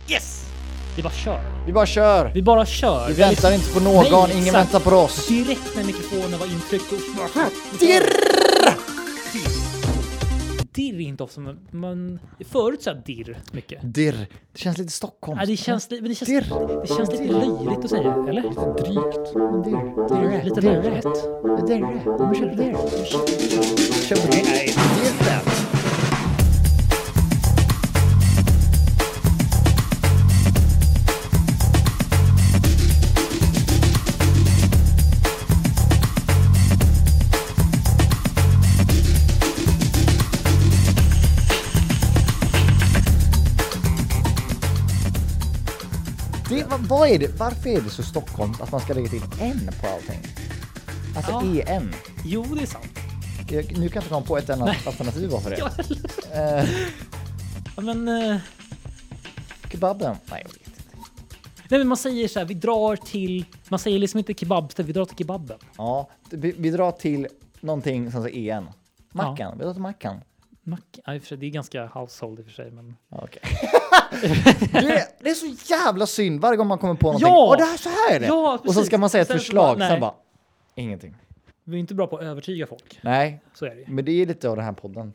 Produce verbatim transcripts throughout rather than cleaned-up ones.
Yes! Vi bara kör. Vi bara kör. Vi bara kör. Vi, vi väntar liksom... inte på någon. Nej, ingen väntar på oss. Direkt när mikrofonen var intryckt och... Dirr! Dirr är inte ofta som man... Förut så dirr mycket. Dirr. Det känns lite Stockholm. Ja, det känns, det känns, dirr. Det känns lite löjligt att säga, eller? Lite drygt. Dirr. Dirr. Lite löjligt. Dirr. Men kör på dirr. Kör på dirr. Nej, dirr. Det, vad, vad är det? Varför är det så Stockholms att man ska lägga till en på allting? Alltså ja. en. Jo, det är sant. Jag, nu kan jag komma på ett annat alternativ för det. uh, ja, men... Uh... Kebaben? Nej, jag vet inte. Nej, men man säger så här, vi drar till... Man säger liksom inte kebabställ, vi drar till kebaben. Ja, vi, vi drar till någonting som är en. Mackan, ja. Vi drar till mackan. Mack, ja, i och för sig, det är ganska household i och för sig, men... Okej. Okay. det, det är så jävla synd varje gång man kommer på någonting. Ja! Åh, det här, så här är det. Ja, och så ska man säga ett sen förslag, bara, sen bara, ingenting. Vi är inte bra på att övertyga folk. Nej, så är det. Men det är lite av den här podden.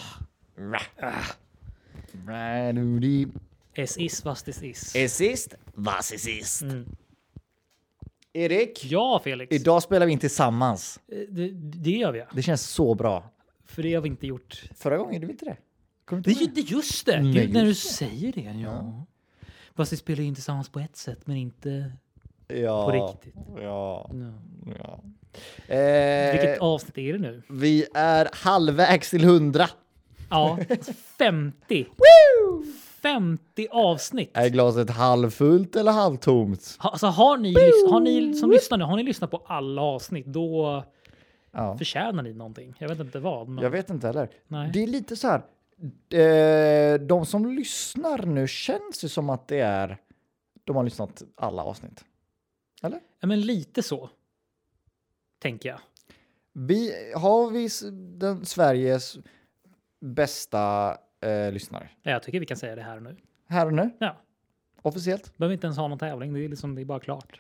Es is, was this is. Es ist, was es ist. Mm. Erik? Ja, Felix. Idag spelar vi in tillsammans. Det, det gör vi. Det känns så bra. För det har vi inte gjort. Förra gången gjorde vi inte det. Det är ju just det. Nej, Gud, just när du det. säger det. Ja. ja. Fast vi spelar in tillsammans på ett sätt, men inte ja, på riktigt. Ja. No. ja. Eh, Vilket avsnitt är det nu? Vi är halvvägs till hundra. Ja, femtio. Woo! femtio avsnitt. Är glaset halvfullt eller halvtomt? Alltså har ni, lys- har ni som lyssnar nu, har ni lyssnat på alla avsnitt, då ja. förtjänar ni någonting. Jag vet inte vad. Men... Jag vet inte heller. Nej. Det är lite så här. Eh, de som lyssnar nu känns ju som att det är de har lyssnat alla avsnitt. Eller? Ja, men lite så. Tänker jag. Vi har vi den Sveriges bästa eh, lyssnare. Ja, jag tycker vi kan säga det här och nu. Här och nu? Ja. Officiellt? Behöver inte ens ha någon tävling. Det är liksom det är bara klart.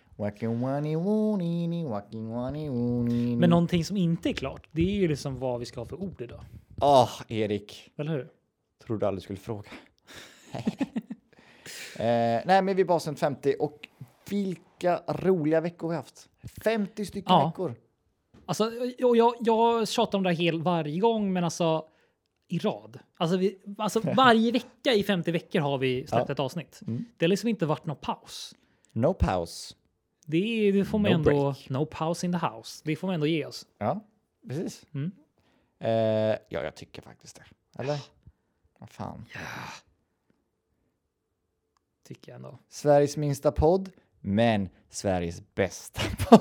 Men någonting som inte är klart, det är ju liksom vad vi ska ha för ord idag. Åh, oh, Erik. Eller hur? Trodde aldrig skulle fråga. eh, nej, men vi är bara sen femtio och vilka roliga veckor vi har haft. femtio stycken ja. veckor. Alltså, jag, jag, jag tjatar om det här hel varje gång, men alltså i rad. Alltså, vi, alltså varje vecka i femtio veckor har vi släppt ja. ett avsnitt. Mm. Det har liksom inte varit någon paus. No pause. Det, är, det får man no ändå... Break. No pause in the house. Det får man ändå ge oss. Ja, precis. Mm. Eh, ja, jag tycker faktiskt det. Eller? Vad fan. Ja. Tycker jag ändå. Sveriges minsta podd, men Sveriges bästa podd.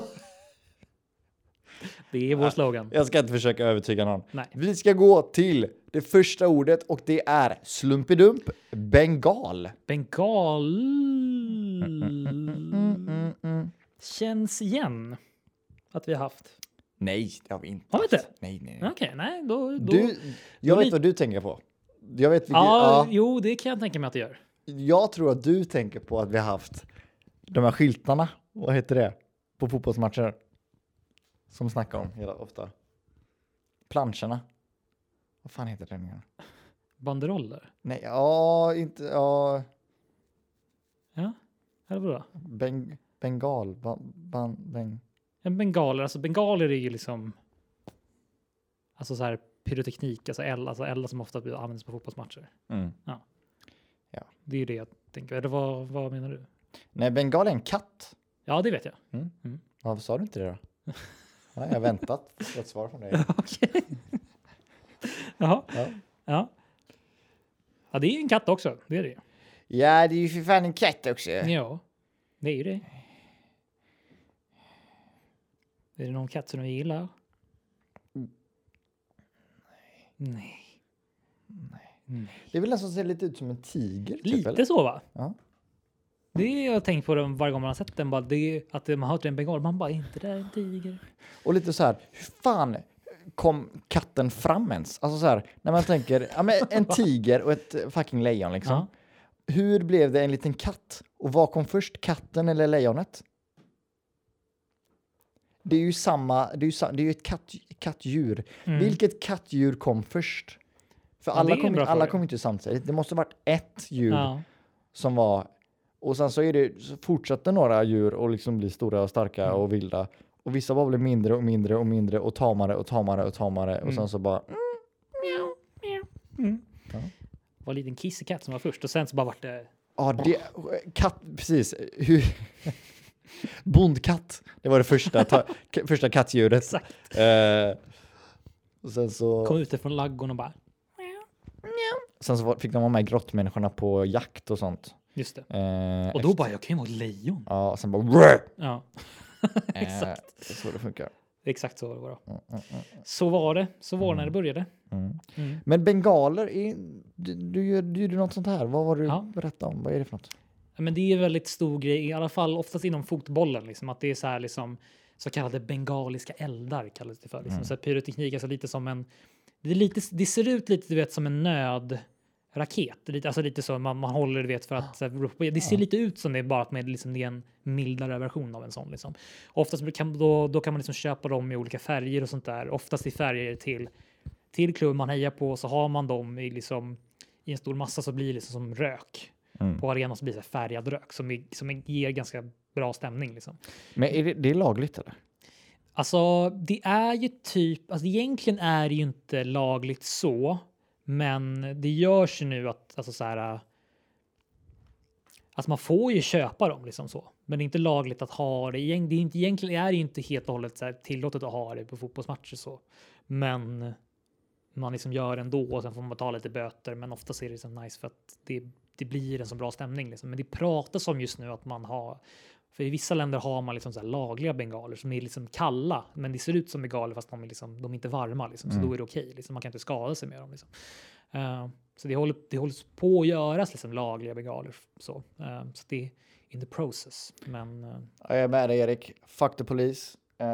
Det är vår slogan. Jag ska inte försöka övertyga någon. Nej. Vi ska gå till det första ordet och det är slumpidump bengal. Bengal. Mm, mm, mm, mm. Känns igen att vi har haft. Nej, det har vi inte. Har vi inte? Nej, nej, nej. Okej, nej. Då, då, du, jag då vet li- vad du tänker på. Jag vet vilket, ja, ja, jo, det kan jag tänka mig att det gör. Jag tror att du tänker på att vi har haft de här skyltarna. Vad heter det? På fotbollsmatcher. Som snackar om hela ofta. Planscherna. Vad fan heter det nu? Banderoller? Nej, ja, inte, ja. Ja, eller vadå? Beng, bengal, ban, ban, beng. En bengaler, alltså bengaler är ju liksom alltså så här pyroteknik, alltså eld, alltså eld som ofta används på fotbollsmatcher. Mm. Ja. Ja. Det är ju det jag tänker. Eller vad, vad menar du? Nej, bengal är en katt. Ja, det vet jag. Mm. Mm. Varför sa du inte det då? Ja, jag har väntat på ett svar från dig. Okej. Jaha. Ja. Ja. Ja, det är ju en katt också. Det är det. Ja, det är ju för fan en katt också. Ja, det är ju det. Är det någon katt som du gillar? Mm. Nej. Nej. Nej. Det är väl nästan så ser lite ut som en tiger. Typ, Lite eller? så, va? Ja. Det är jag har tänkt på den varje gång man har sett den. Bara, det är, att man har hört en bengal. Man bara, inte det är en tiger. Och lite så här, hur fan kom katten fram ens? Alltså så här, när man tänker, ja men en tiger och ett fucking lejon liksom. Ja. Hur blev det en liten katt? Och vad kom först, katten eller lejonet? Det är ju samma, det är ju, sa- det är ju ett katt, kattdjur. Mm. Vilket kattdjur kom först? För Ja, alla det är en kom, bra alla fråga. kom inte samtidigt. Det måste ha varit ett djur Ja. som var... Och sen så, är det, så fortsatte några djur och liksom bli stora och starka Mm. och vilda. Och vissa bara blev mindre och mindre och mindre och tamare och tamare och tamare. Mm. Och sen så bara... Mm. Ja. Det var en liten kissekatt som var först och sen så bara vart det... Ja, det... Katt... Precis. Hur... Bondkatt. Det var det första, ta, k- första kattdjuret. Exakt. Eh, och sen så... Kom ut från laggon och bara... Sen så var- fick de vara med grottmänniskorna på jakt och sånt. Just det. Eh, Och då bara, jag kan ju vara ett lejon. Ja, och sen bara... Ja. Eh, Exakt. det är så det funkar. Exakt så var det. Mm, mm, mm, Så var det. Så var det när det började. mm. Mm. Men bengaler, är, du, du, gör- du gjorde något sånt här. Vad var det du Ja. berättade om? Vad är det för något? Ja, men det är en väldigt stor grej, i alla fall oftast inom fotbollen, liksom, att det är så här liksom så kallade bengaliska eldar kallas det för. Liksom. Mm. Så att pyroteknik är så lite som en, det, är lite, det ser ut lite du vet som en nödraket, lite, alltså lite så man, man håller du vet för att så här, det ser Ja. lite ut som det är bara att med, liksom, det är en mildare version av en sån. Liksom. Oftast kan, då, då kan man liksom köpa dem i olika färger och sånt där, oftast i färger till, till klubb man hejar på, så har man dem i, liksom, i en stor massa så blir det liksom som rök. Mm. På arenan så blir det så här färgad rök som, är, som är, ger ganska bra stämning. Liksom. Men är det, det är lagligt eller? Alltså, det är ju typ, alltså egentligen är det ju inte lagligt så, men det görs ju nu att, alltså så här, alltså man får ju köpa dem liksom så, men det är inte lagligt att ha det. Egent- det är inte, egentligen är det ju inte helt och hållet så här tillåtet att ha det på fotbollsmatcher så, men man liksom gör ändå och sen får man betala lite böter, men oftast är det liksom nice för att det, det blir en så bra stämning liksom. Men det pratas om just nu att man har, för i vissa länder har man liksom så här lagliga bengaler som är liksom kalla, men det ser ut som bengaler fast de är liksom, de är inte varma liksom, så Mm. då är det okej liksom. Man kan inte skada sig med dem liksom. Uh, så det håller, det håller på att göras liksom lagliga bengaler så, uh, så det är in the process, men uh, Ja, jag är med dig Erik. Fuck the police. Eh,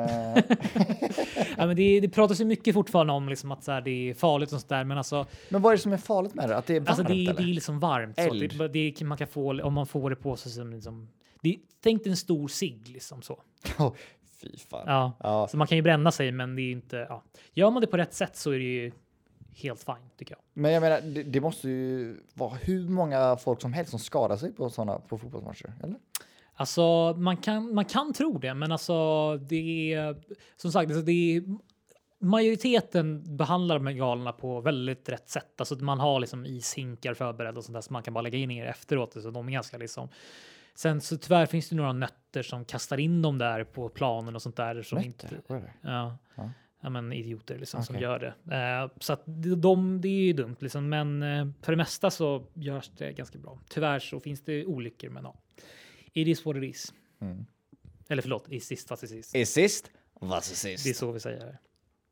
ja, men det, det pratas ju mycket fortfarande om liksom att så här, det är farligt och sånt där, men alltså men vad är det som är farligt med det? Att det är varmt Alltså det, är- eller? det är liksom varmt. Så Eld. det, det, man kan få, om man får det på sig som liksom, det, tänk dig en stor cigg liksom så. Oh, fy fan. Ja. Ja. Så man kan ju bränna sig, men det är inte, ja. Gör man det på rätt sätt så är det ju helt fine tycker jag. Men jag menar, det, det måste ju vara hur många folk som helst som skadar sig på sådana på fotbollsmatcher, eller? Alltså man kan, man kan tro det, men alltså det är som sagt, alltså, det är, majoriteten behandlar bengalerna på väldigt rätt sätt. Alltså man har liksom ishinkar förberedda och sånt där så man kan bara lägga in er efteråt. Så de är ganska liksom. Sen så tyvärr finns det några nötter som kastar in dem där på planen och sånt där. Som Nötter? inte, Vad är det? ja, Ja. ja, men idioter liksom som Okej. gör det. Eh, så att de, de, det är ju dumt liksom. Men eh, för det mesta så görs det ganska bra. Tyvärr så finns det olyckor, men ja. It is what it is. Mm. Eller förlåt, i sist fast i sist. Är sist? Vad är sist? Det är så vi säger det.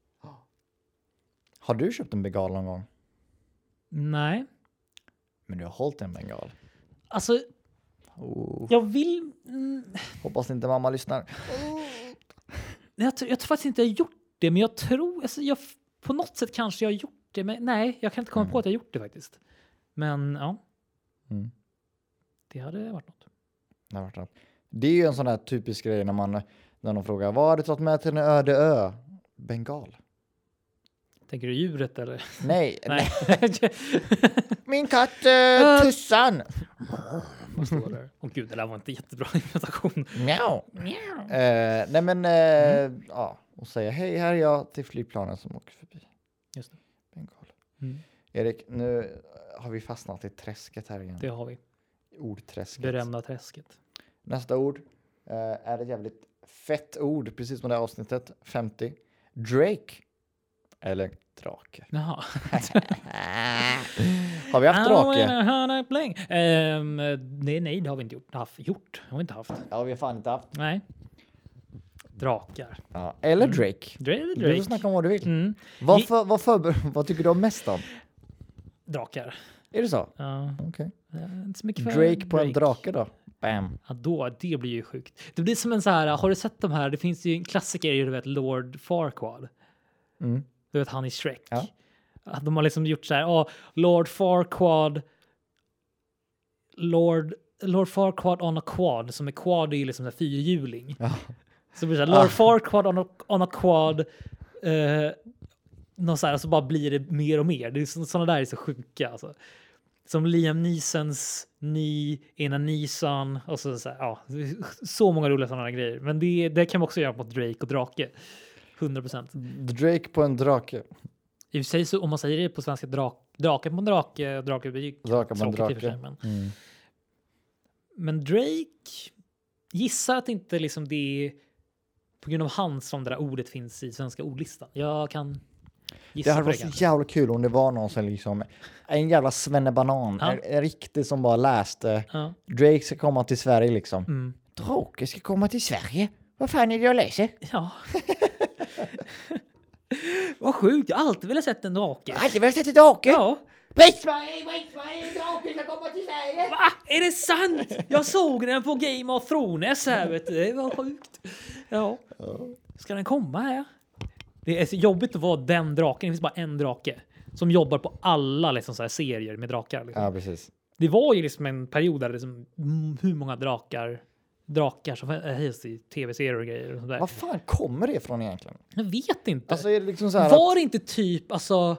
Har du köpt en bengal någon gång? Nej, Men du har hållit en bengal. alltså Oh. jag vill... Mm, Hoppas inte mamma lyssnar. jag, tror- jag tror faktiskt inte jag har gjort det, men jag tror... Alltså, jag, på något sätt kanske jag har gjort det, men nej, jag kan inte komma Mm. på att jag har gjort det faktiskt. Men ja, Mm. det hade varit något. Det har varit något. Det är ju en sån här typisk grej när man när de frågar vad har du tagit med till en öde ö? Bengal. Tänker du djuret eller? Nej, Nej. min katt äh, Tussan. Vad står där? Åh gud, det där var inte jättebra imitation. Mjau. Mjau. Eh, nej men eh, ja, och säga hej, här är jag till flygplanen som åker förbi. Just det. Bengal. Mm, Erik, nu har vi fastnat i träsket här igen. det har vi. Ordträsket. Berömda träsket. Nästa ord eh, är ett jävligt fett ord, precis som det här avsnittet. femtio. Drake. Eller drake. Jaha. Har vi haft drake? Um, nej, nej, det har vi inte gjort. Haft, gjort. Har vi inte haft. Ja, vi har fan inte haft. Nej. Drakar. Ja. Eller Mm. Drake. Drake. Du får snacka om vad du vill. Mm. Vad, Ge- för, vad, förber- vad tycker du om mest om? Drakar. Är det så? Ja. Okej. eh, Inte så mycket för Drake på en drake då? Bam. Ja, då, det blir ju sjukt. Det blir som en så här, har du sett de här? Det finns ju en klassiker, du vet, Lord Farquaad. Mm. Du vet, han i Shrek. Ja. Att de har liksom gjort så här, oh, Lord Farquaad Lord, Lord Farquaad on a quad, som är quad är ju liksom en fyrhjuling. Ja. Så blir det så här, Lord ah. Farquaad on a, on a quad. Eh, någon så här, så bara blir det mer och mer. Det är så, sådana där är så sjuka alltså. Som Liam Neesons Ni, ena Neeson och så, så här, ja, så många roliga sådana grejer. Men det, det kan man också göra mot Drake och Drake. hundra procent. Drake på en drake. I och för sig så, om man säger det på svenska, drak, drake på en drake, drake blir ju drake på en drake. För sig, men, mm. men Drake gissar att inte liksom det är på grund av han som det där ordet finns i svenska ordlistan. Jag kan gissa det hade på varit så jävla kul om det var någon som liksom en jävla svennebanan, ja. en, en riktig som bara läste ja. Drake ska komma till Sverige liksom. Mm. Drake ska komma till Sverige? Vad fan är det jag läser? Ja. Vad sjukt, jag har alltid velat sett en drake. Jag har alltid velat sett en drake? Ja. Vet vad en drake ska komma till Sverige? Va? Är det sant? Jag såg den på Game of Thrones här, vet du. Det var sjukt. Ja. Ska den komma här? Det är så jobbigt att vara den draken. Det finns bara en drake som jobbar på alla liksom, så här, serier med drakar. Liksom. Ja, precis. Det var ju liksom en period där liksom, hur många drakar drakar som helst i tv-serier och grejer. Och sådär. Vad fan kommer det ifrån egentligen? Jag vet inte. Alltså, är det liksom så här var att... det inte typ, alltså...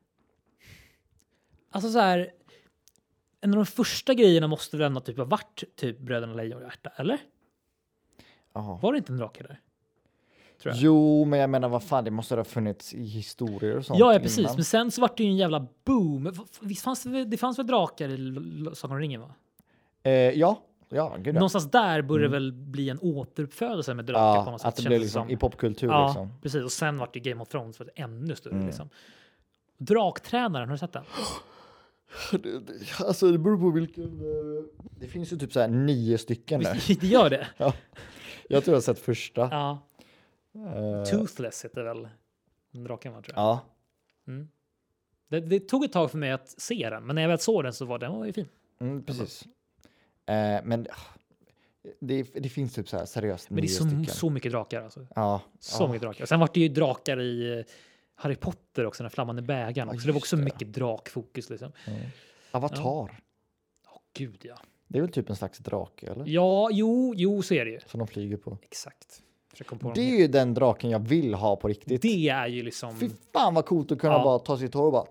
Alltså så här... En av de första grejerna måste väl ändå typ ha varit typ Bröderna Lejonhjärta, eller? Aha. Var det inte en drake där? Tror jag. Jo, men jag menar vad fan, det måste ha funnits i historier och sånt. Ja, ja precis. innan. Men sen så var det ju en jävla boom. Visst fanns det, det fanns väl drakar i Sagan om ringen, va? Eh, ja, ja, gud. Någonstans där borde mm. det väl bli en återuppfödelse med drakar ja, på något sätt. att det blev liksom som... i popkultur ja, liksom. Precis. Och sen var det Game of Thrones för ett ännu större mm. liksom. Draktränaren, har du sett den? Det, det, alltså det beror på vilken... Det finns ju typ så här nio stycken där. Det gör det. Ja. Jag tror jag har sett första. Ja. Uh, Toothless heter väl draken, var, tror jag. Ja. Mm. Det, det tog ett tag för mig att se den, men när jag väl såg den så var den var ju fin. Mm, precis. Uh, men det, det finns typ så här seriöst men det är så, stycken. så mycket drakar alltså. Ja. Så ja. mycket drakar. Sen var det ju drakar i Harry Potter också, den flammande bägaren. Ja, så det var också det. mycket drakfokus liksom. Mm. Avatar. Ja. Åh gud, ja. Det är väl typ en slags drake, eller? Ja, jo, jo, så är det ju. Som de flyger på. Exakt. På det är ju den draken jag vill ha på riktigt. Det är ju liksom... Fy fan vad coolt att kunna ja. bara ta sitt hår och bara...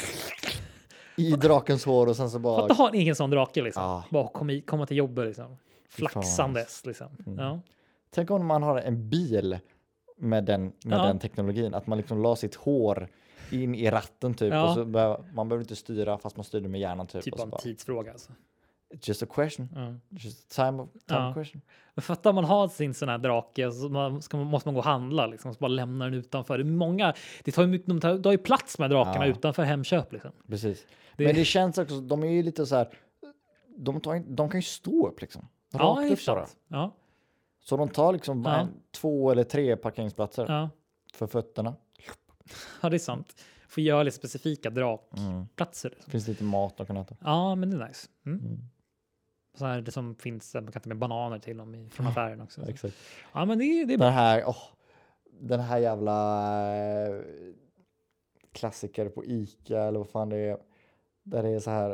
I drakens hår och sen så bara... Fatta ha en egen sån drake liksom. Ja. Bara komma, komma till jobbet liksom. Flaxandes liksom. Mm. Ja. Tänk om man har en bil med den, med ja. den teknologin. Att man liksom la sitt hår in i ratten typ. Ja. Och så behöver, man behöver inte styra fast man styr med hjärnan typ. Typ och så en bara, tidsfråga alltså. Just a question. Ja. Just a time of time ja. question. Men fattar om man har sin sån här drake så man, ska, måste man gå och handla liksom. Så bara lämna den utanför. Det är många, det tar ju mycket, de tar, de har ju plats med drakarna ja. utanför Hemköp liksom. Precis. Det, men det känns också, de är ju lite så här, de, tar, de kan ju stå upp liksom. Ja, Rakt upp bara. Ja. Så de tar liksom ja. en, två eller tre parkeringsplatser ja. för fötterna. Ja, det är sant. Får göra lite specifika drakplatser. Mm. Finns lite mat de kan äta. Ja, men det är nice. Mm. Mm. Så här, det som finns, man kan ta med bananer till dem i, från affären också. Exakt. Ja, men det, det är bra. Den här, oh, den här jävla eh, klassiker på Ica eller vad fan det är. Där det är så här.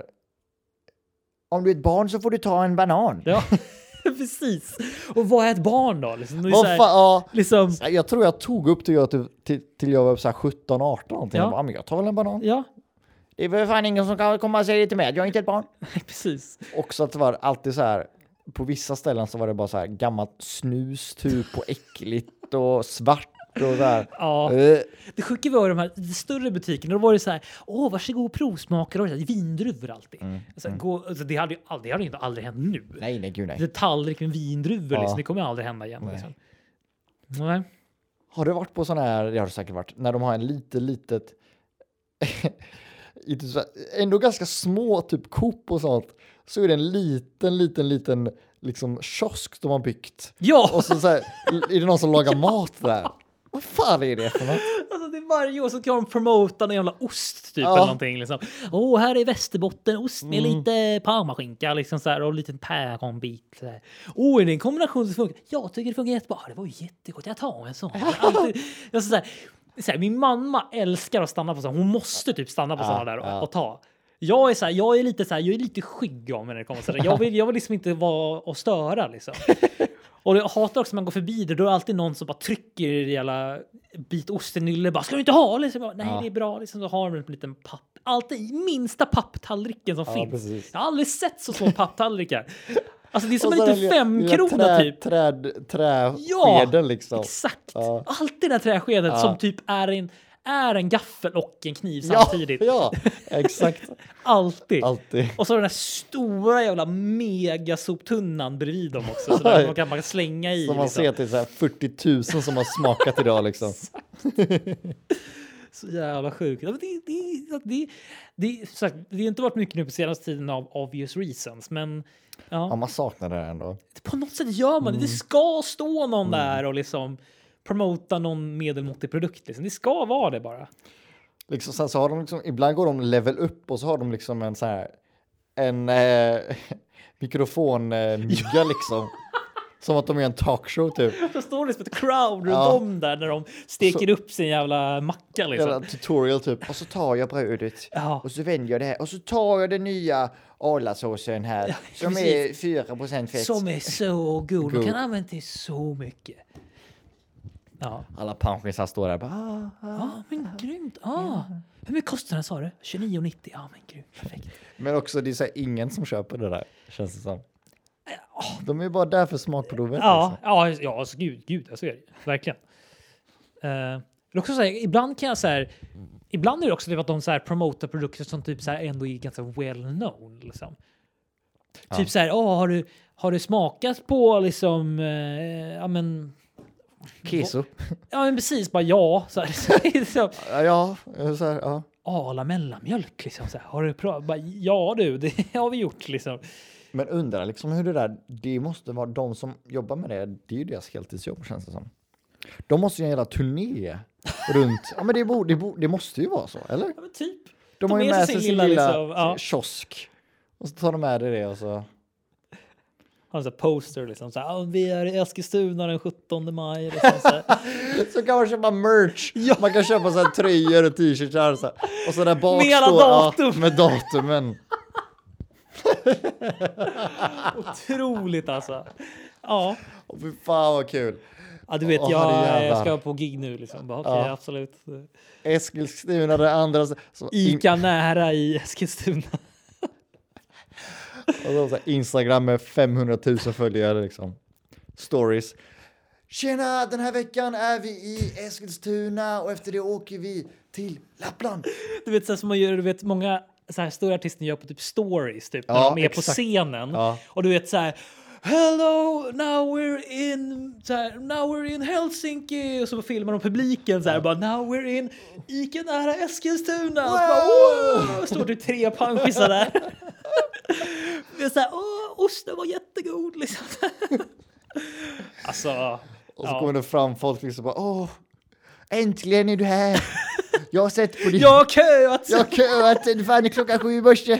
Om du är ett barn så får du ta en banan. Ja, precis. Och vad är ett barn då? Liksom, vad här, fan, ja. liksom... Jag tror jag tog upp till jag, till, till, till jag var så här sjutton arton någonting. Ja. Jag bara, men jag tar väl en banan. Ja. Det är väl fan ingen som kan komma och säga det till mig. Jag är inte ett barn. Precis. Också att det var alltid så här. På vissa ställen så var det bara så här gammalt snus typ och äckligt och svart och där. Ja. Uh. Det sjuka var de här större butikerna. Då var det så här, åh varsågod provsmakare och vindruvor alltid. Mm. Alltså, mm. Gå, alltså, det hade ju aldrig, det hade inte aldrig hänt nu. Nej, nej, gud nej. Det tallrik med vindruvor, ja. liksom. Det kommer aldrig hända igen. Nej. Liksom. Nej. Har du varit på sådana här, det har du säkert varit, när de har en lite, litet ändå ganska små typ Coop och sånt, så är det en liten, liten, liten liksom kiosk de har byggt. Ja! Och så, så här, är det någon som lagar mat där. Vad fan är det för något? Alltså det är varje år så kan de promota en jävla ost typ ja. eller någonting liksom. Åh, här är Västerbottenost med mm. lite parmaskinka liksom så här, och en liten päronbit så här. Åh, är det en kombination som funkar? Jag tycker det funkar jättebra. Det var ju jättegott. Jag tar en sån. Alltid, alltså, så här, så här, min mamma älskar att stanna på så. Hon måste typ stanna på ja, såna där och, ja. och ta. Jag är så här, jag är lite så här, jag är lite skygg om när det kommer så där. Jag vill jag vill liksom inte vara och störa liksom. Och jag hatar också när man går förbi det, då är det alltid någon som bara trycker i det jävla bit ostenylle, bara ska du inte ha liksom. Jag bara, nej, Ja. det är bra liksom, så har de en liten papp. Alltid i minsta papptallriken som Ja, finns. precis. Jag har aldrig sett så små papptallrikar. Alltså det är som Och en så liten den lilla- femkrona lilla trä, typ. Träd, träskeden Ja, liksom. Exakt. Ja. Alltid den här träskedet Ja. som typ är en är en gaffel och en kniv Ja, samtidigt. ja, exakt. Alltid. Alltid. Och så den här stora jävla megasoptunnan bredvid dem också. Så där man kan, man kan slänga i. Som man liksom. ser till så här fyrtio tusen som har smakat idag liksom. Så jävla sjukt. Ja, men Det, det, det, det, så sagt, det har inte varit mycket nu på senaste tiden av obvious reasons. Men Ja, ja, man saknar det här ändå. på något sätt gör man det. Det ska stå någon där och liksom promota någon medelmåttig produkt. Liksom. Det ska vara det bara. Liksom, sen så har de liksom, ibland går de level upp och så har de liksom en så här en eh, mikrofonmygga liksom. Som att de är en talkshow typ. Så står det som ett crowd runt Ja. om där när de steker Så- upp sin jävla macka liksom. Jävla tutorial typ. Och så tar jag brödet. Ja. Och så vänder jag det här. Och så tar jag den nya Arlasåsen här. Ja, som precis. är fyra procent fett. Som är så god. God. Man kan använda till så mycket. Ja. Alla panschisar står där. Bara, ah, ah. Ja, men grymt. Ah. Hur mycket kostar den sa du? tjugonio nittio. Ja, men grymt. Perfekt. Men också det är så här, ingen som köper det där. Känns det som. De är bara där för smakprovet. Ja, Liksom. ja, ja alltså, gud, gud, jag ser det. Verkligen. Uh, men också så här, ibland kan jag så här, ibland är det också det att de så här promotar produkter som typ så här ändå är ganska well known liksom. Ja. Typ så här, åh, har du har du smakat på liksom eh, ja men Keso. ja men precis bara ja så här, så här, så, Ja, ja, så här, ja. Arla mellanmjölk liksom så här, har du provat? Bara, ja du, det har vi gjort liksom. Men undrar liksom hur det där, det måste vara de som jobbar med det, det är ju deras heltidsjobb känns det som. De måste ju en hela turné runt, ja men det, bo, det, bo, det måste ju vara så, eller? Ja men typ. De, De har ju är med sin sig sin lilla, lilla liksom, ja. kiosk. Och så tar de med det och så. Har en sån här poster liksom så här, ah, vi är i Eskilstuna den sjuttonde maj liksom, så här. Så kan man köpa merch. Man kan köpa så här tröjor och t-shirtar så här. Och så där bak Med alla står, datum. Ja, med datumen. Otroligt alltså. Ja. Och fy fan vad kul. Ja, du vet, Åh, jag, herrejävlar. jag ska på gig nu liksom. Bara, okej, Ja. absolut. Eskilstuna, det andra. Så, Ica nära i Eskilstuna. Och så, så här, Instagram med femhundratusen följare liksom. Stories. Tjena, den här veckan är vi i Eskilstuna och efter det åker vi till Lappland. Du vet så här, som man gör, du vet många så här stora artister gör på typ stories typ när Ja, de är på exakt. scenen. Ja. Och du vet så här, hello, now we're in så här, now we're in Helsinki och så filmar de publiken så här, bara now we're in Ica nära Eskilstuna. Och så bara, Wow! oh! Står det tre panschisar där. Det är så här, åh, osten var jättegod liksom. Alltså, Och så ja. kommer det fram folk liksom bara, åh, äntligen är du här. Jag har sett på din... Jag har köat! Jag har köat, fan är klockan sju i morse.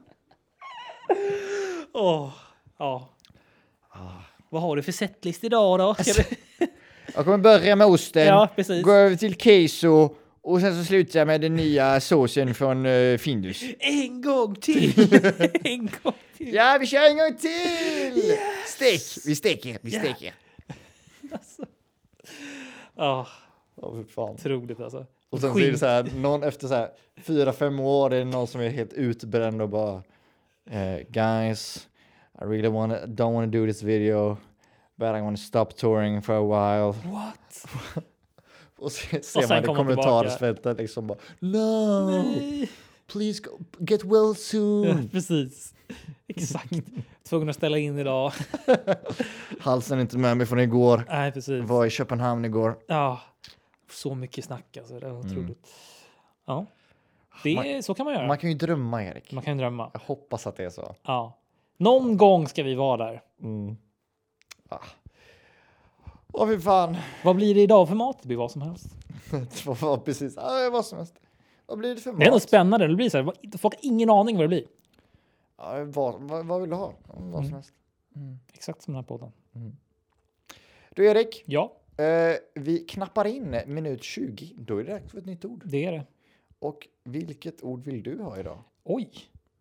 Åh, ja. Vad har du för setlist idag då? Ska du... Jag kommer börja med osten, Ja, precis. gå över till queso och sen så slutar jag med den nya såsen från uh, Findus. En gång till! En gång till! Ja, vi kör en gång till! Yes! Stek, vi steker, vi Ja. steker. Alltså. Ja, Åh, fy fan. otroligt alltså. Och sen så är det så här, någon efter så här fyra, fem år är det någon som är helt utbränd och bara eh, guys, I really wanna, don't want to do this video, but I want to stop touring for a while. What? Och så ser sen man i kommer kommentarsfältet liksom bara, no, Nej. please go, get well soon. Ja, precis. Exakt. Tvungen att ställa in idag. Halsen är inte med mig från igår. Nej, precis. Var i Köpenhamn igår. Ja, så mycket snack alltså. Det är otroligt. Mm. Ja, det Man- är, så kan man göra. Man kan ju drömma, Erik. Man kan ju drömma. Jag hoppas att det är så. Ja. Någon gång ska vi vara där. Mm. Ah. Åh, fy fan. Vad blir det idag för mat? Det blir vad som helst. Det var precis, ah, vad som helst. Vad blir det för mat? Det är ändå spännande. Det blir så här, folk har ingen aning vad det blir. Ja, vad, vad, vad vill du ha? Vad som Mm. helst. Exakt som den här podden. Du, Erik. Ja, Eh, vi knappar in minut tjugo. Då är det dags för ett nytt ord. det är det. Och vilket ord vill du ha idag? Oj.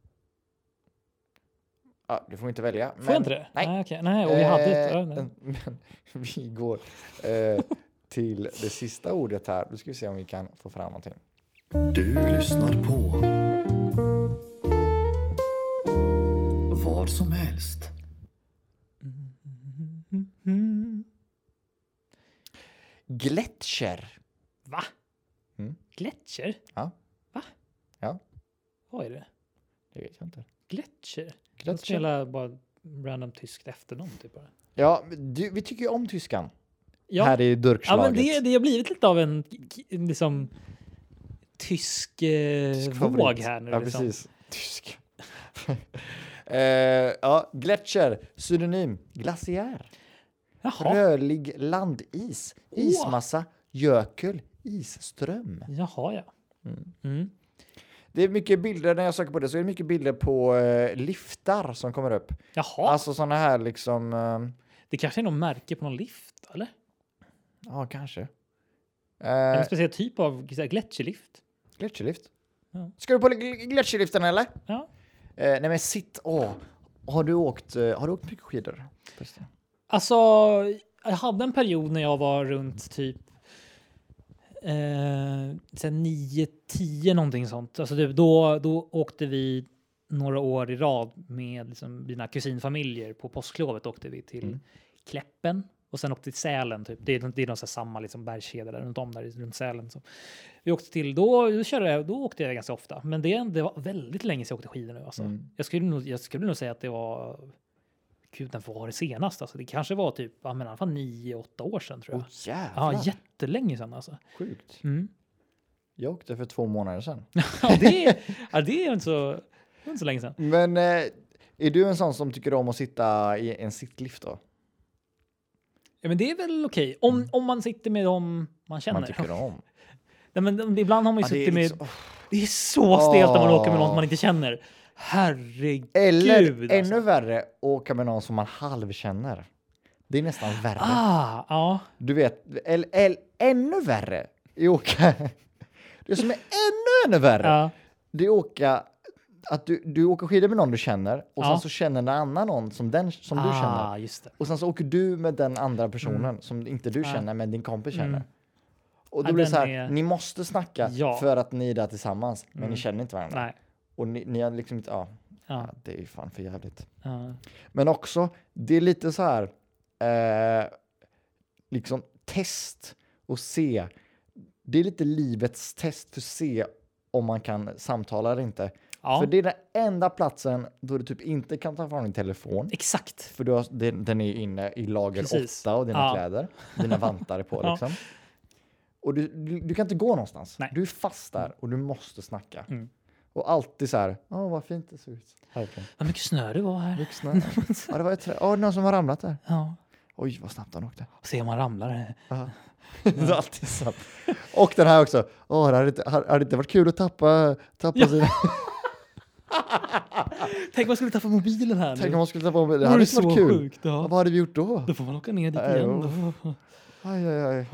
Ja, du får inte välja. Får men, jag inte det? Nej. Nej, okay. nej och vi hade ett, Eh, ja, nej. men vi går eh, till det sista ordet här. Då ska vi se om vi kan få fram någonting. Du lyssnar på Vad som helst. Mm. Gletscher. Va? Mm. Gletscher? Ja. Va? Ja. Vad är det? Det vet jag inte. Gletscher? Jag Gletscher. spelar bara random tyskt efternamn typ bara. Ja, du, vi tycker ju om tyskan. Ja. Här i Ja, durkslaget. men det, det har blivit lite av en liksom tysk, eh, Tysk våg favorit. här nu. Ja, liksom. precis. Tysk. eh, ja, gletscher, synonym, glaciär. Jaha. Rörlig landis, ismassa, jökull, isström. Jaha, ja. Mm. Mm. Det är mycket bilder, när jag söker på det så är det mycket bilder på eh, liftar som kommer upp. Jaha. Alltså sådana här liksom, eh, Det kanske är någon märke på någon lift, eller? ja kanske. Eller Eh, en speciell typ av så här, gletscherlift. gletscherlift. Ja. Ska du på gl- gletscherliften eller? Ja. Eh, nej men sitt, åh. Har du åkt, eh, har du åkt mycket skidor? Förresten? Alltså, jag hade en period när jag var runt typ eh, nio tio någonting sånt. Alltså det, då, då åkte vi några år i rad med liksom, mina kusinfamiljer. På påsklovet åkte vi till Mm. Kläppen och sen åkte till Sälen. Typ. Det är, det är någon så här samma liksom, bergskedja där runt om där runt Sälen. Så. Vi åkte till, då, då, körde jag, då åkte jag ganska ofta. Men det, det var väldigt länge sedan jag åkte skidor nu. Alltså. Mm. Jag, skulle nog, jag skulle nog säga att det var... Gud, den var det senast. Alltså, det kanske var typ ja, men i alla fall nio, åtta år sedan tror jag. Åh jävlar. Ja, jättelänge sedan alltså. Sjukt. Mm. Jag åkte för två månader sedan. Ja, det är, ja, det är inte så, det är inte så länge sedan. Men eh, är du en sån som tycker om att sitta i en sittlift då? Ja, men det är väl okej. Om, om man sitter med dem man känner. Man tycker om. Nej, men ibland har man ju Ja, det är suttit med... liksom- Det är så stelt när man Åh. åker med någon man inte känner. Herregud. Eller alltså. ännu värre, åka med någon som man halvkänner. Det är nästan värre. Ah, ja. Du vet, eller, eller ännu värre är åka... Det som är ännu, ännu värre, Ja. det är åka... Att du, du åker skidor med någon du känner och Ja. sen så känner en annan någon som, den, som du känner. Ah, just det. Och sen så åker du med den andra personen Mm. som inte du Ja. känner men din kompis Mm. känner. Och då Ja, blir det den så här, är- ni måste snacka Ja. för att ni är där tillsammans men Mm. ni känner inte varandra. Nej. Och ni, ni har liksom inte, ja, Ja. ja, det är ju fan för jävligt. Ja. Men också, det är lite så här, eh, liksom test och se. Det är lite livets test för att se om man kan samtala eller inte. Ja. För det är den enda platsen då du typ inte kan ta fram din telefon. Exakt. För du har, den, den är ju inne i lager Precis. åtta och dina Ja. kläder. Dina vantar är på Ja. liksom. Och du, du, du kan inte gå någonstans. Nej. Du är fast där och du måste snacka. Mm. Och alltid så här, åh vad fint det ser ut. Härifrån. Vad mycket snö det var här. Vuxna. Ja, det var ett trä. Åh, någon som har ramlat där. Ja. Oj, vad snabbt han åkte. Se om man ramlar. Ja. Det är alltid sant. Och den här också. Åh, det hade inte, hade det inte varit kul att tappa, tappa Ja. sina... Tänk om man skulle tappa mobilen här nu. Tänk om man skulle tappa mobilen. Det Det hade vore inte varit så kul. sjukt, ja. Vad hade vi gjort då? Då får man åka ner dit Nej, igen. Då. Aj, aj, aj.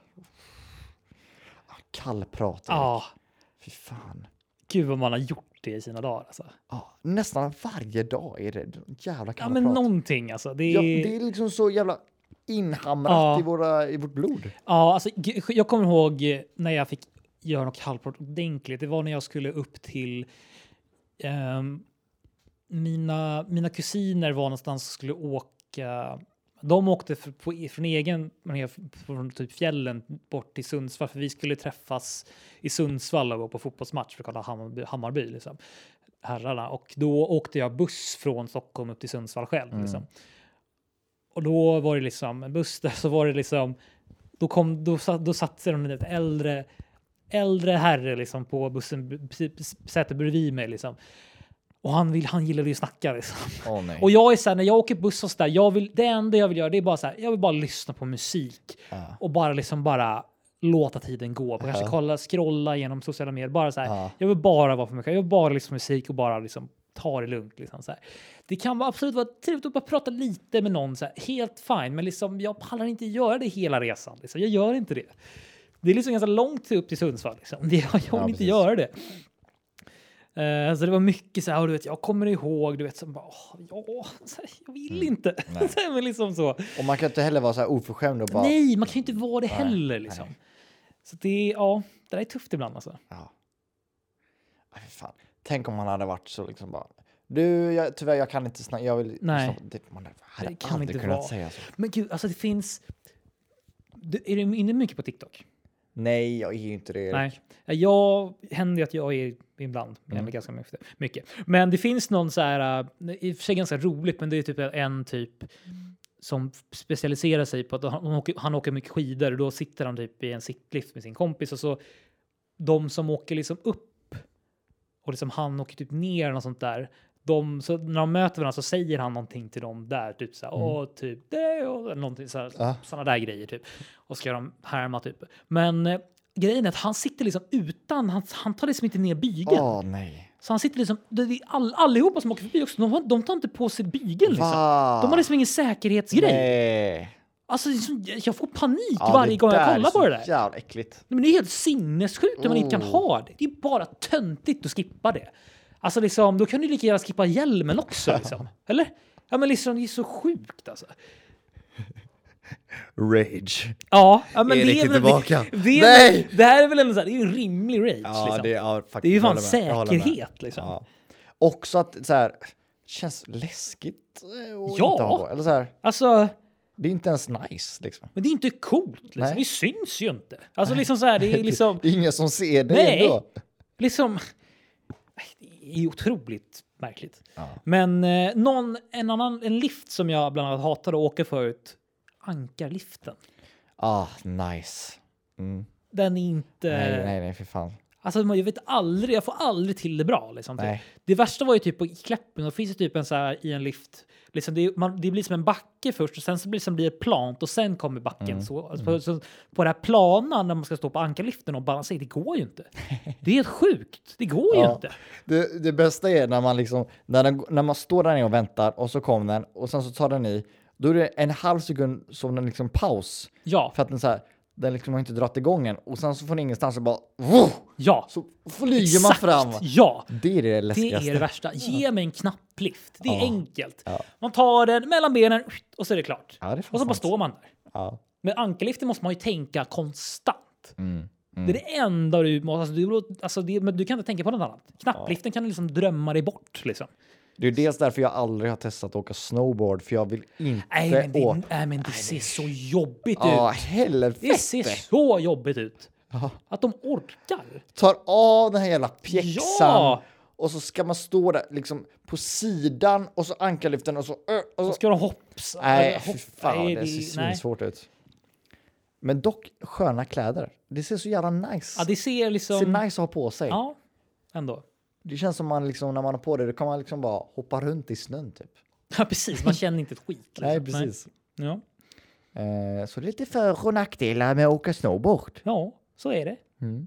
Kallprat. Ja, Fy fan. gud vad man har gjort det i sina dagar. Alltså. Ja, nästan varje dag är det jävla Ja, kallprat. men någonting alltså. Det är... Ja, det är liksom så jävla inhamrat Ja. i, våra, i vårt blod. Ja, alltså, g- jag kommer ihåg när jag fick göra något kallprat ordentligt. Det var när jag skulle upp till ehm, mina, mina kusiner var någonstans och skulle åka. De åkte för, på, från egen från typ fjällen bort till Sundsvall för vi skulle träffas i Sundsvall och gå på fotbollsmatch för att kolla Hammarby, Hammarby liksom, herrarna. Och då åkte jag buss från Stockholm upp till Sundsvall själv. Mm. Liksom. Och då var det liksom en buss där så var det liksom då kom då satt då satt sig en äldre äldre herre liksom på bussen sätet bredvid mig liksom. Och han vill han gillade ju att snacka liksom. Åh nej. Och jag är så här, när jag åker buss och så där, jag vill det enda jag vill göra det är bara så här, jag vill bara lyssna på musik Ja. och bara liksom bara låta tiden gå. Kanske Ja. kolla scrolla genom sociala medier bara så här. Ja. Jag vill bara vara för mig själv. Jag vill bara lyssna på musik och bara liksom ta det lugnt liksom så här. Det kan vara absolut vara trevligt att bara prata lite med någon så här, helt fine, men liksom jag pallar inte göra det hela resan liksom. Jag gör inte det. Det är liksom ganska långt upp till Sundsvall liksom. Det, jag vill Ja, inte precis. göra det. Uh, så det var mycket så här, du vet, jag kommer ihåg, du vet, som bara, åh, ja, så här, jag vill mm. inte. Men liksom så. Och man kan inte heller vara så här oförskämd och bara... Nej, man kan ju inte vara det nej, heller liksom. Nej. Så det, ja, det där är tufft ibland alltså. Ja. Ay, fan. Tänk om man hade varit så liksom bara, du, jag, tyvärr jag kan inte snacka, jag vill... Nej. Så, det, man hade det kan aldrig inte kunnat vara. säga så. Men gud, alltså det finns... Du, är du inne mycket på TikTok? Nej, jag är ju inte det, Erik. Nej, jag händer ju att jag är ibland mm. men ganska mycket. Men det finns någon så här, i och för sig ganska roligt, men det är typ en typ som specialiserar sig på att han åker, han åker mycket skidor, och då sitter han typ i en sittlift med sin kompis, och så de som åker liksom upp och liksom han åker typ ner och sånt där. De, så när de möter varandra så säger han någonting till dem där, typ så här, mm. åh, typ det och någonting så här, ah. sådana där grejer typ. Och ska de härma typ. Men eh, grejen är att han sitter liksom utan, han, han tar liksom inte ner bygeln. Åh, nej. Så han sitter liksom, det, all, allihopa som åker förbi också, de, de tar inte på sig bygeln liksom. Va? De har liksom ingen säkerhetsgrej. Nej. Alltså liksom, jag får panik ja, varje gång jag kollar på det där. Jävla äckligt. Men det är helt sinnessjukt att oh. man inte kan ha det. Det är bara töntigt att skippa det. Alltså liksom, då kan du lika gärna skippa hjälmen också liksom. Eller? Ja, men liksom, det är så sjukt alltså. Rage. Ja, ja men Erik det är väl... tillbaka. Det, det, är Nej! Väl, det här är väl en, så här, det är en rimlig rage ja, liksom. Det, ja, faktiskt, det är ju fan säkerhet liksom. Ja. Också att så här, känns läskigt att ja. inte ha på. Eller så här, alltså... Det är inte ens nice liksom. Men det är inte coolt liksom. Det syns ju inte. Alltså liksom så här, det är liksom... det är ingen som ser det. Nej, ändå. liksom... Det är otroligt märkligt. Ja. Men eh, någon, en annan en lift som jag bland annat hatade att åka förut, Ankarliften. Ah, nice. Mm. Den är inte... Nej, nej, nej, för fan. Alltså jag vet aldrig, jag får aldrig till det bra liksom. Nej. Det värsta var ju typ på Kläppen, och finns det typ en så här i en lift, liksom det, man, det blir som en backe först, och sen så blir det som blir ett plant, och sen kommer backen mm. så, alltså, mm. på, så på det här planen när man ska stå på Ankarliften och bara säga det går ju inte. Det är helt sjukt. Det går ju ja. inte. Det, det bästa är när man liksom när, den, när man står där nere och väntar, och så kommer den, och sen så tar den i, då är det en halv sekund som en liksom paus. Ja. För att den så här, den liksom har inte dratt igång än, och sen så får den ingenstans och bara Voh! Ja. Så flyger man fram. Ja. Det är det läskigaste. Det är det värsta. Ge mig en knapplift. Det är ja. enkelt. Ja. Man tar den mellan benen och så är det klart. Ja, det är och så bara står man där. Ja. Men Ankarliften måste man ju tänka konstant. Mm. Mm. Det är det enda du måste... Alltså, du, alltså det, men du kan inte tänka på något annat. Knappliften ja. kan du liksom drömma dig bort liksom. Det är dels därför jag aldrig har testat att åka snowboard, för jag vill inte nej, men det, åka. Nej, men det ser så jobbigt ja, ut. Helvete. Det ser så jobbigt ut. Ja. Att de orkar. Tar av den här jävla pjäxan. Ja. Och så ska man stå där liksom på sidan, och så ankarlyften, och så... Och så, så ska de hopsa. Nej, hopp, fy fan, nej, det ser svårt ut. Men dock sköna kläder. Det ser så jävla nice. Ja, det ser liksom... Det ser nice att ha på sig. Ja, ändå. Det känns som man liksom, när man har på det, då kan man liksom bara hoppa runt i snön typ. Ja, precis. Man känner inte ett skit. Liksom. Nej, precis. Nej. Ja. Eh, så det är lite för- och nackdelar med att åka snowboard. Ja, så är det. Mm.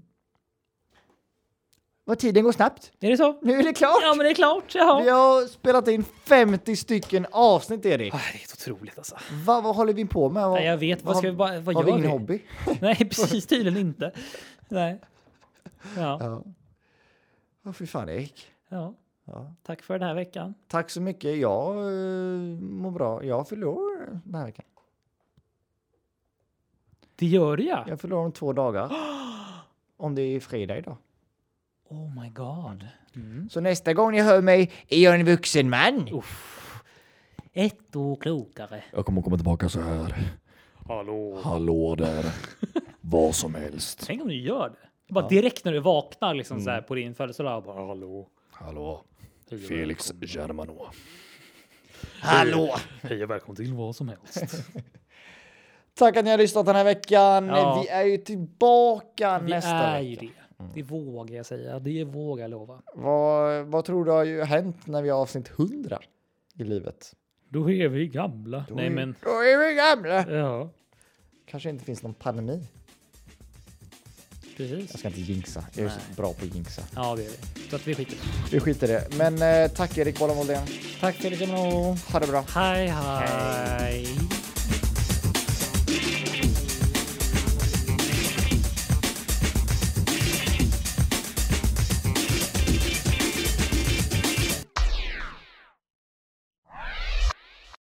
Vad tiden går snabbt. Är det så? Nu är det klart. Ja, men det är klart. Jaha. Vi har spelat in femtio stycken avsnitt, Erik. Ah, det är helt otroligt alltså. Va, vad håller vi på med? Vad, Nej, jag vet. Vad, ska vi bara, vad har gör vi ingen vi? hobby? Nej, precis. Tydligen inte. Nej. Ja. Ja. Oh, fy fan, Erik. Ja. Ja. Tack för den här veckan. Tack så mycket. Jag uh, mår bra. Jag förlorar den här veckan. Det gör jag. Jag förlorar om två dagar. Om det är fredag idag. Oh my god. Mm. Så nästa gång ni hör mig är jag en vuxen man. Uff. Ett år klokare. Jag kommer komma tillbaka så här. Hallå. Hallå där. Vad som helst. Tänk om du gör det. Bara ja. direkt när du vaknar liksom mm. så här på din födelsedag. Bara hallå. Hallå. Felix Germano. Hallå. Hej och välkommen till vad som helst. Tack att ni har lyssnat den här veckan. Ja. Vi är ju tillbaka Vi nästa är vecka. Ju det. Det vågar jag säga. Det vågar jag lova. Vad, vad tror du har ju hänt när vi har avsnitt hundra i livet? Då är vi gamla. Då Nej, är, men... Då är vi gamla. Ja. Kanske inte finns någon pandemi. Precis. Jag ska inte jinxa. Jag är Nej. så bra på att jinxa. Ja, det är det. Så att vi skiter. Vi skiter det. Men eh, tack Erik Bollen. Tack Felix Germano. Ha det bra. Hej, hej. hej.